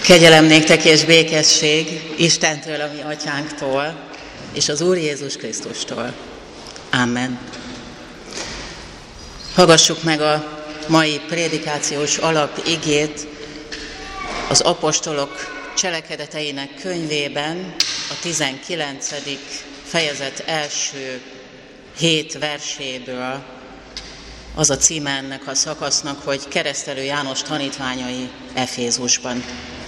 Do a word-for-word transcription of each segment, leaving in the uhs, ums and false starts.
Kegyelem néktek és békesség Istentől, a mi atyánktól, és az Úr Jézus Krisztustól. Amen. Hallgassuk meg a mai prédikációs alapigét az apostolok cselekedeteinek könyvében, a tizenkilencedik fejezet első hét verséből. Az a címe ennek a szakasznak, hogy Keresztelő János tanítványai Efézusban.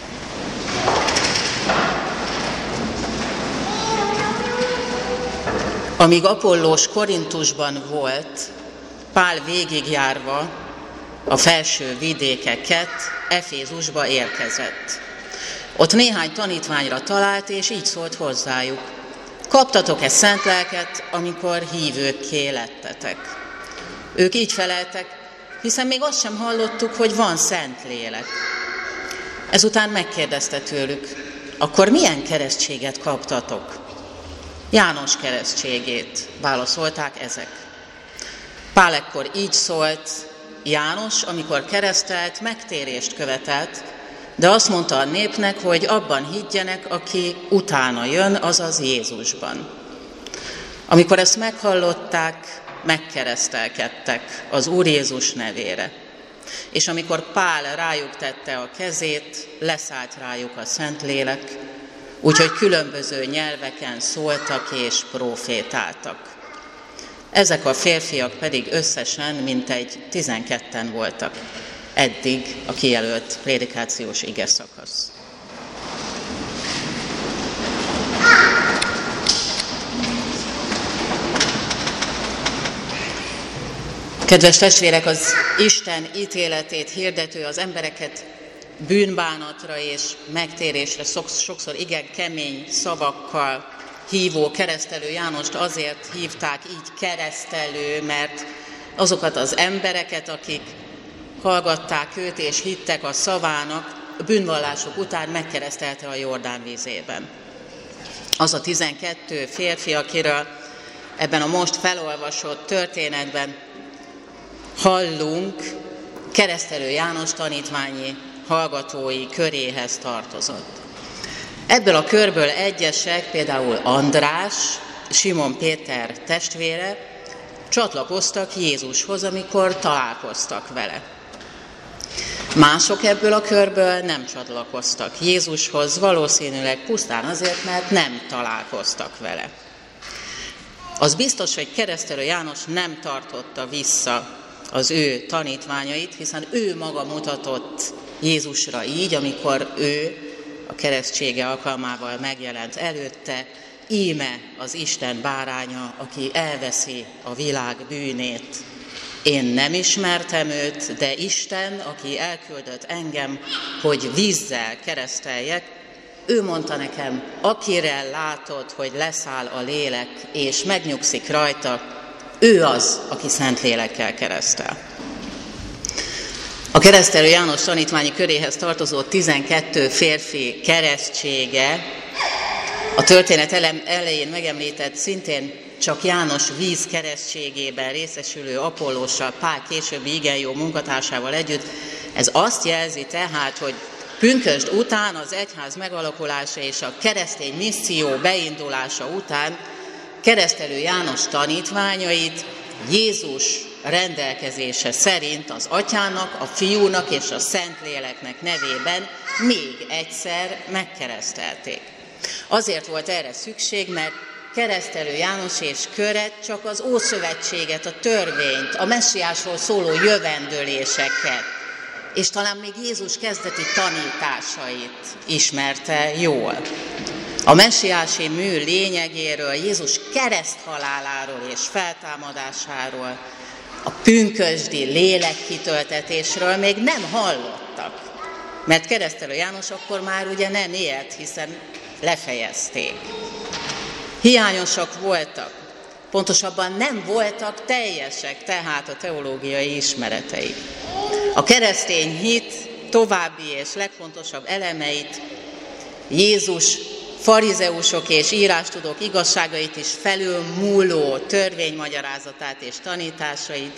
Amíg Apollós Korintusban volt, Pál végigjárva a felső vidékeket Efézusba érkezett. Ott néhány tanítványra talált, és így szólt hozzájuk: kaptatok-e szent lelket, amikor hívőkké lettetek? Ők így feleltek: hiszen még azt sem hallottuk, hogy van szent lélek. Ezután megkérdezte tőlük: akkor milyen keresztséget kaptatok? János keresztségét, válaszolták ezek. Pál ekkor így szólt: János, amikor keresztelt, megtérést követelt, de azt mondta a népnek, hogy abban higgyenek, aki utána jön, azaz Jézusban. Amikor ezt meghallották, megkeresztelkedtek az Úr Jézus nevére. És amikor Pál rájuk tette a kezét, leszállt rájuk a Szentlélek, úgyhogy különböző nyelveken szóltak és profétáltak. Ezek a férfiak pedig összesen mintegy tizenketten voltak. Eddig a kijelölt prédikációs ige szakasz. Kedves testvérek, az Isten ítéletét hirdető, az embereket bűnbánatra és megtérésre sokszor igen kemény szavakkal hívó Keresztelő Jánost azért hívták így keresztelő, mert azokat az embereket, akik hallgatták őt és hittek a szavának, a bűnvallások után megkeresztelte a Jordán vízében. Az a tizenkettő férfi, akiről ebben a most felolvasott történetben hallunk, Keresztelő János tanítványi hallgatói köréhez tartozott. Ebből a körből egyesek, például András, Simon Péter testvére, csatlakoztak Jézushoz, amikor találkoztak vele. Mások ebből a körből nem csatlakoztak Jézushoz, valószínűleg pusztán azért, mert nem találkoztak vele. Az biztos, hogy Keresztelő János nem tartotta vissza az ő tanítványait, hiszen ő maga mutatott Jézusra így, amikor ő a keresztsége alkalmával megjelent előtte: íme az Isten báránya, aki elveszi a világ bűnét. Én nem ismertem őt, de Isten, aki elküldött engem, hogy vízzel kereszteljek, ő mondta nekem: akire látod, hogy leszáll a lélek, és megnyugszik rajta, ő az, aki szent lélekkel keresztel. A Keresztelő János tanítványi köréhez tartozó tizenkettő férfi keresztsége a történet elején megemlített, szintén csak János víz keresztségében részesülő Apollóssal, Pál későbbi igen jó munkatársával együtt, ez azt jelzi tehát, hogy pünkösd után, az egyház megalakulása és a keresztény misszió beindulása után Keresztelő János tanítványait Jézus rendelkezése szerint az Atyának, a Fiúnak és a Szentléleknek nevében még egyszer megkeresztelték. Azért volt erre szükség, mert Keresztelő János és köre csak az Ószövetséget, a törvényt, a messiásról szóló jövendőléseket, és talán még Jézus kezdeti tanításait ismerte jól. A messiási mű lényegéről, Jézus kereszthaláláról és feltámadásáról, a pünkösdi lélekkitöltetésről még nem hallottak, mert Keresztelő János akkor már ugye nem élt, hiszen lefejezték. Hiányosak voltak, pontosabban nem voltak teljesek tehát a teológiai ismeretei. A keresztény hit további és legfontosabb elemeit, Jézus farizeusok és írástudók igazságait is felülmúló törvénymagyarázatát és tanításait,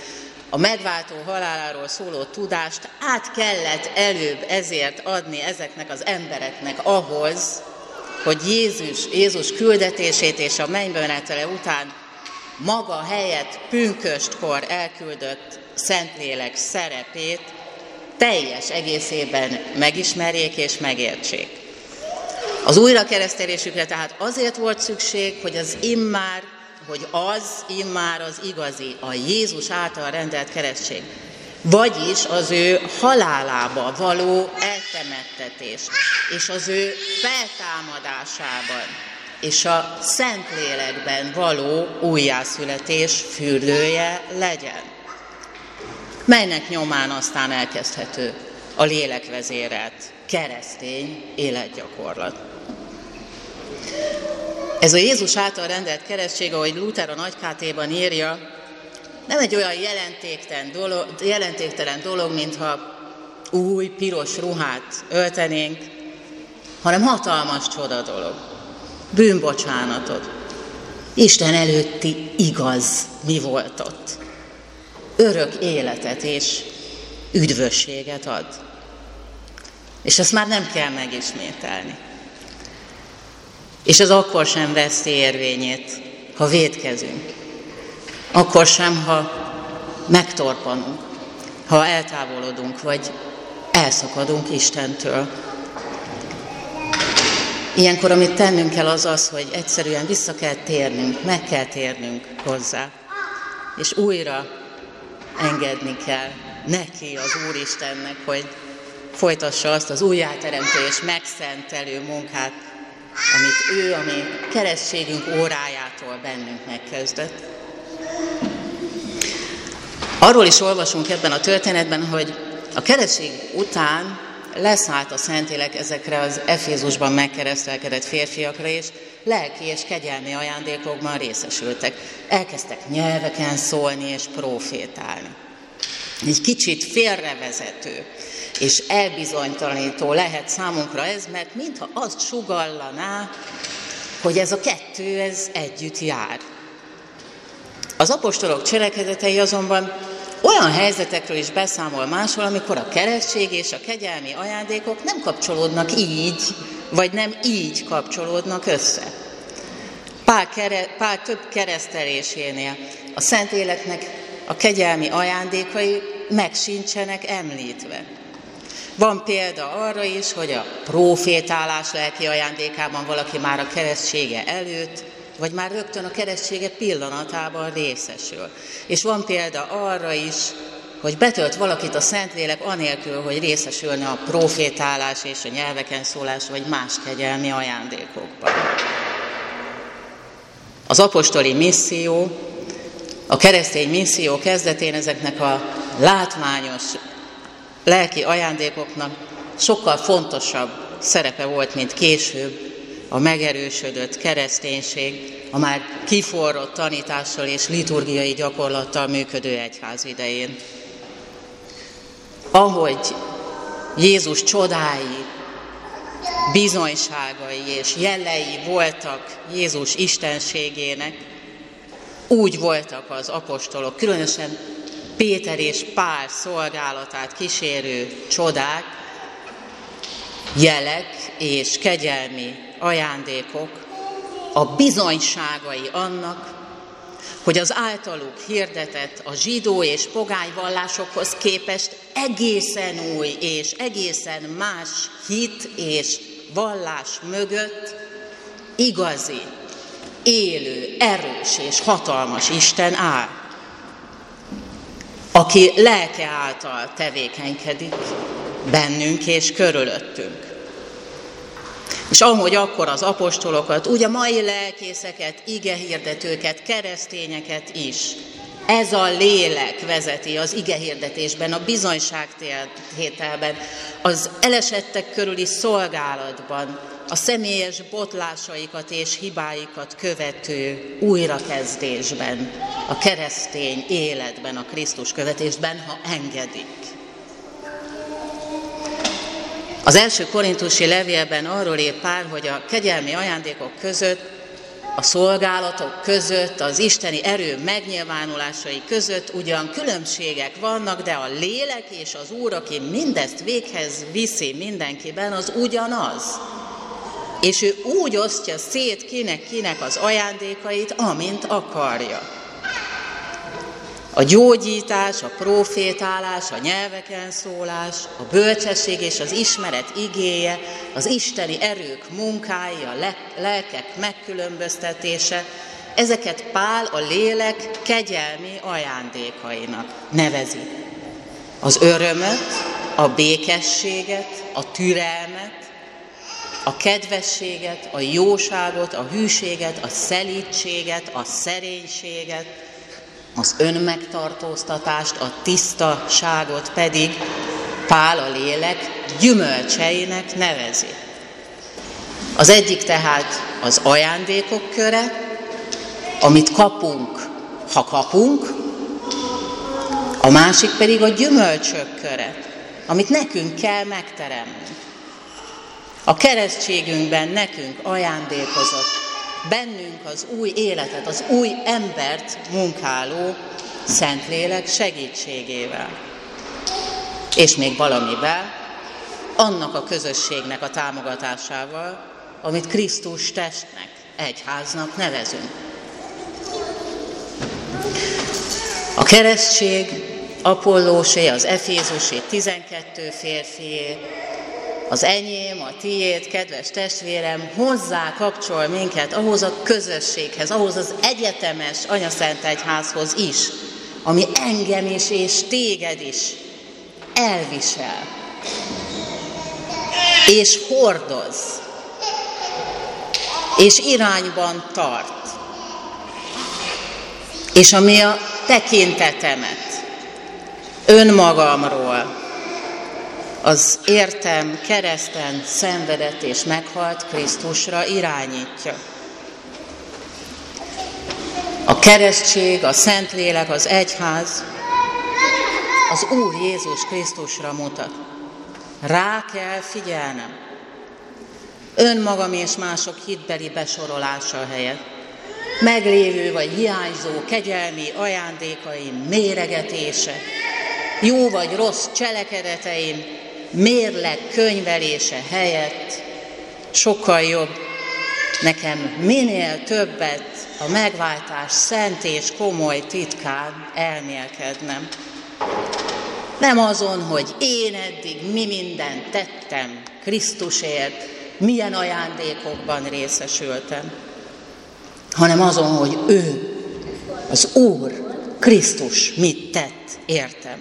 A megváltó haláláról szóló tudást át kellett előbb ezért adni ezeknek az embereknek ahhoz, hogy Jézus, Jézus küldetését és a mennybe menetele után maga helyett pünköstkor elküldött Szentlélek szerepét teljes egészében megismerjék és megértsék. Az újrakeresztelésükre tehát azért volt szükség, hogy az immár, hogy az immár az igazi, a Jézus által rendelt keresztség, vagyis az ő halálába való eltemettetést, és az ő feltámadásában, és a Szentlélekben való újjászületés fürdője legyen, melynek nyomán aztán elkezdhető a lélekvezérelt keresztény életgyakorlat. Ez a Jézus által rendelt keresztség, ahogy Luther a Nagykátéban írja, nem egy olyan jelentéktelen dolog, jelentéktelen dolog, mintha új, piros ruhát öltenénk, hanem hatalmas csoda dolog. Bűnbocsánatot. Isten előtti igaz mi volt ott. Örök életet és üdvösséget ad. És ezt már nem kell megismételni. És ez akkor sem veszti érvényét, ha vétkezünk. Akkor sem, ha megtorpanunk, ha eltávolodunk, vagy elszakadunk Istentől. Ilyenkor, amit tennünk kell, az az, hogy egyszerűen vissza kell térnünk, meg kell térnünk hozzá, és újra engedni kell neki, az Úristennek, hogy folytassa azt az újjáteremtő és megszentelő munkát, amit ő, ami keresztségünk órájától bennünk megkezdett. Arról is olvasunk ebben a történetben, hogy a keresztség után leszállt a Szentlélek ezekre az Efézusban megkeresztelkedett férfiakra, és lelki és kegyelmi ajándékokban részesültek. Elkezdtek nyelveken szólni és profétálni. Egy kicsit félrevezető és elbizonytalanító lehet számunkra ez, mert mintha azt sugallaná, hogy ez a kettő ez együtt jár. Az apostolok cselekedetei azonban olyan helyzetekről is beszámol máshol, amikor a keresztség és a kegyelmi ajándékok nem kapcsolódnak így, vagy nem így kapcsolódnak össze. Pál, kere, Pál több keresztelésénél a Szentléleknek a kegyelmi ajándékai meg sincsenek említve. Van példa arra is, hogy a profétálás lelki ajándékában valaki már a keresztsége előtt, vagy már rögtön a keresztsége pillanatában részesül. És van példa arra is, hogy betölt valakit a Szentlélek anélkül, hogy részesülne a profétálás és a nyelveken szólás, vagy más kegyelmi ajándékokban. Az apostoli misszió, a keresztény misszió kezdetén ezeknek a látványos lelki ajándékoknak sokkal fontosabb szerepe volt, mint később a megerősödött kereszténység, a már kiforrott tanítással és liturgiai gyakorlattal működő egyház idején. Ahogy Jézus csodái, bizonyságai és jelei voltak Jézus istenségének, úgy voltak az apostolok, különösen Péter és Pál szolgálatát kísérő csodák, jelek és kegyelmi ajándékok a bizonyságai annak, hogy az általuk hirdetett a zsidó és pogány vallásokhoz képest egészen új és egészen más hit és vallás mögött igazi, élő, erős és hatalmas Isten áll, aki lelke által tevékenykedik bennünk és körülöttünk. És ahogy akkor az apostolokat, úgy a mai lelkészeket, igehirdetőket, keresztényeket is ez a lélek vezeti az igehirdetésben, a bizonyságtételben, az elesettek körüli szolgálatban, a személyes botlásaikat és hibáikat követő újrakezdésben, a keresztény életben, a Krisztus követésben, ha engedik. Az első korintusi levélben arról ír Pál, hogy a kegyelmi ajándékok között a szolgálatok között, az isteni erő megnyilvánulásai között ugyan különbségek vannak, de a lélek és az Úr, aki mindezt véghez viszi mindenkiben, az ugyanaz. És ő úgy osztja szét kinek-kinek az ajándékait, amint akarja. A gyógyítás, a profétálás, a nyelveken szólás, a bölcsesség és az ismeret igéje, az isteni erők munkái, a lelkek megkülönböztetése, ezeket Pál a lélek kegyelmi ajándékainak nevezi. Az örömöt, a békességet, a türelmet, a kedvességet, a jóságot, a hűséget, a szelídséget, a szerénységet, az önmegtartóztatást, a tisztaságot pedig Pál a lélek gyümölcseinek nevezi. Az egyik tehát az ajándékok köre, amit kapunk, ha kapunk, a másik pedig a gyümölcsök köre, amit nekünk kell megteremnünk. A keresztségünkben nekünk ajándékozott bennünk az új életet, az új embert munkáló Szentlélek segítségével. És még valamivel, annak a közösségnek a támogatásával, amit Krisztus testnek, egyháznak nevezünk. A keresztség Apollósé, az Efézusé, tizenkettő férfié, az enyém, a tiéd, kedves testvérem, hozzá kapcsol minket ahhoz a közösséghez, ahhoz az egyetemes Anyaszent Egyházhoz is, ami engem is és téged is elvisel, és hordoz, és irányban tart, és ami a tekintetemet önmagamról, az értem kereszten szenvedett és meghalt Krisztusra irányítja. A keresztség, a Szentlélek, az egyház az Úr Jézus Krisztusra mutat. Rá kell figyelnem. Önmagam és mások hitbeli besorolása helyett. Meglévő vagy hiányzó kegyelmi ajándékaim méregetése, jó vagy rossz cselekedeteim mérleg könyvelése helyett sokkal jobb nekem minél többet a megváltás szent és komoly titkán elmélkednem. Nem azon, hogy én eddig mi mindent tettem Krisztusért, milyen ajándékokban részesültem, hanem azon, hogy ő, az Úr, Krisztus mit tett értem.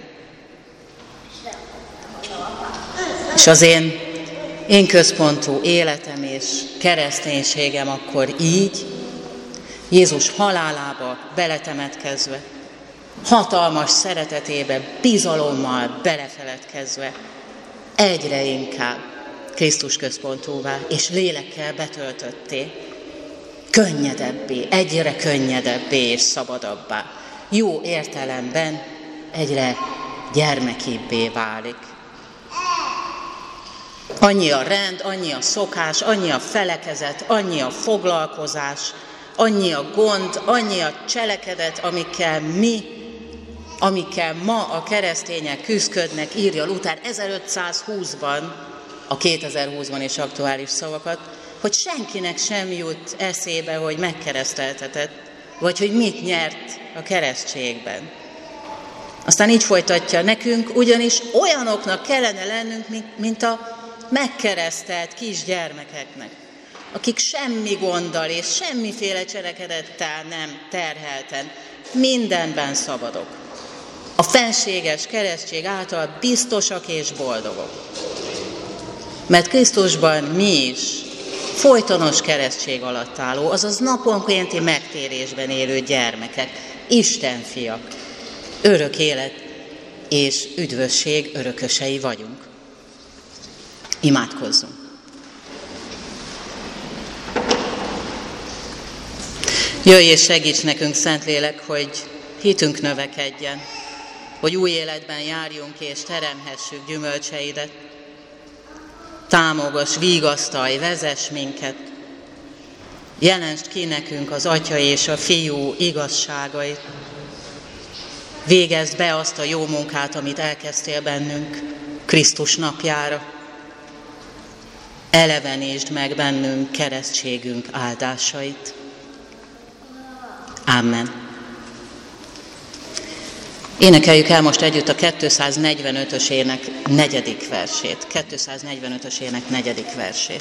És az én, én központú életem és kereszténységem akkor így, Jézus halálába beletemetkezve, hatalmas szeretetébe, bizalommal belefeledkezve, egyre inkább Krisztus központúvá és lélekkel betöltötté, könnyedebbé, egyre könnyedebbé és szabadabbá, jó értelemben egyre gyermekibbé válik. Annyi a rend, annyi a szokás, annyi a felekezet, annyi a foglalkozás, annyi a gond, annyi a cselekedet, amikkel mi, amikkel ma a keresztények küzdködnek, írja Luther ezerötszázhúszban, a kétezer-húszban is aktuális szavakat, hogy senkinek sem jut eszébe, hogy megkereszteltetett, vagy hogy mit nyert a keresztségben. Aztán így folytatja, nekünk ugyanis olyanoknak kellene lennünk, mint a megkeresztelt kisgyermekeknek, akik semmi gonddal és semmiféle cselekedettel nem terhelten, mindenben szabadok. A fenséges keresztség által biztosak és boldogok. Mert Krisztusban mi is folytonos keresztség alatt álló, azaz naponkénti megtérésben élő gyermekek, Isten fiak, örök élet és üdvösség örökösei vagyunk. Imádkozzunk! Jöjj és segíts nekünk, Szentlélek, hogy hitünk növekedjen, hogy új életben járjunk és teremhessük gyümölcseidet. Támogass, vigasztalj, vezess minket. Jelensd ki nekünk az Atya és a Fiú igazságait. Végezd be azt a jó munkát, amit elkezdtél bennünk Krisztus napjára. Elevenítsd meg bennünk keresztségünk áldásait. Amen. Énekeljük el most együtt a kétszáznegyvenötös ének negyedik versét. kétszáznegyvenötös ének negyedik versét.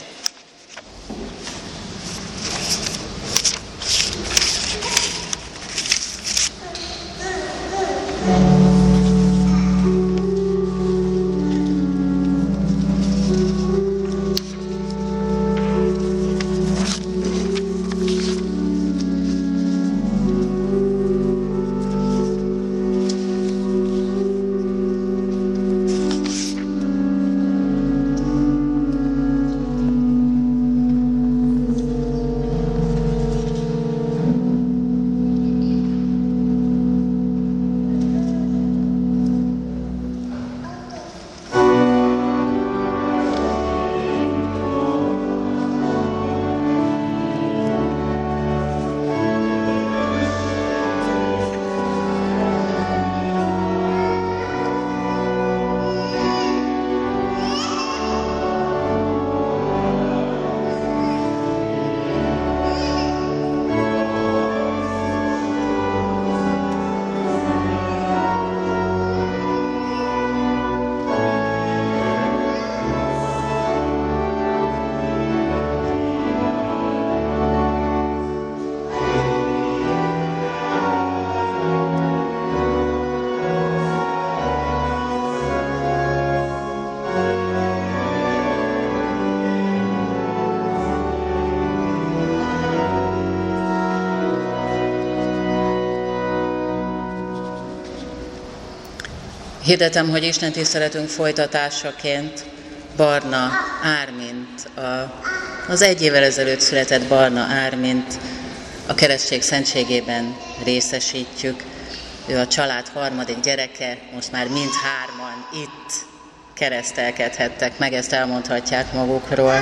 Hirdetem, hogy Isten tiszteletünk folytatásaként Barna Ármint, a, az egy évvel ezelőtt született Barna Ármint a keresztség szentségében részesítjük. Ő a család harmadik gyereke, most már mindhárman itt keresztelkedhettek meg, ezt elmondhatják magukról.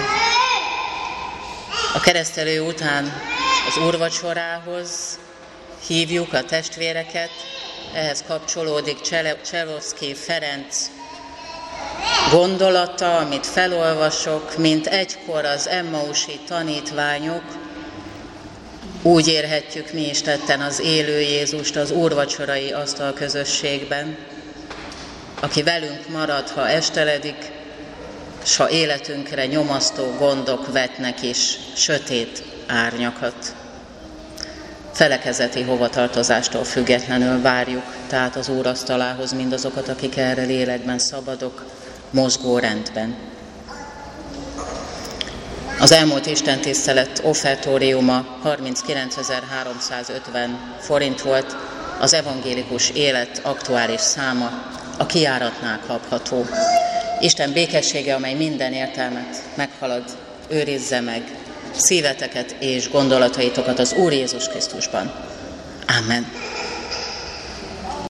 A keresztelő után az úrvacsorához hívjuk a testvéreket, ehhez kapcsolódik Cselovszky Ferenc gondolata, amit felolvasok, mint egykor az emmausi tanítványok, úgy érhetjük mi is tetten az élő Jézust az úrvacsorai asztalközösségben, aki velünk marad, ha esteledik, s ha életünkre nyomasztó gondok vetnek is sötét árnyakat. Felekezeti hovatartozástól függetlenül várjuk tehát az úrasztalához mindazokat, akik erre lélekben szabadok, mozgó rendben. Az elmúlt istentisztelet offertóriuma harminckilencezer-háromszázötven forint volt, az evangélikus élet aktuális száma a kijáratnál kapható. Isten békessége, amely minden értelmet meghalad, őrizze meg szíveteket és gondolataitokat az Úr Jézus Krisztusban. Amen.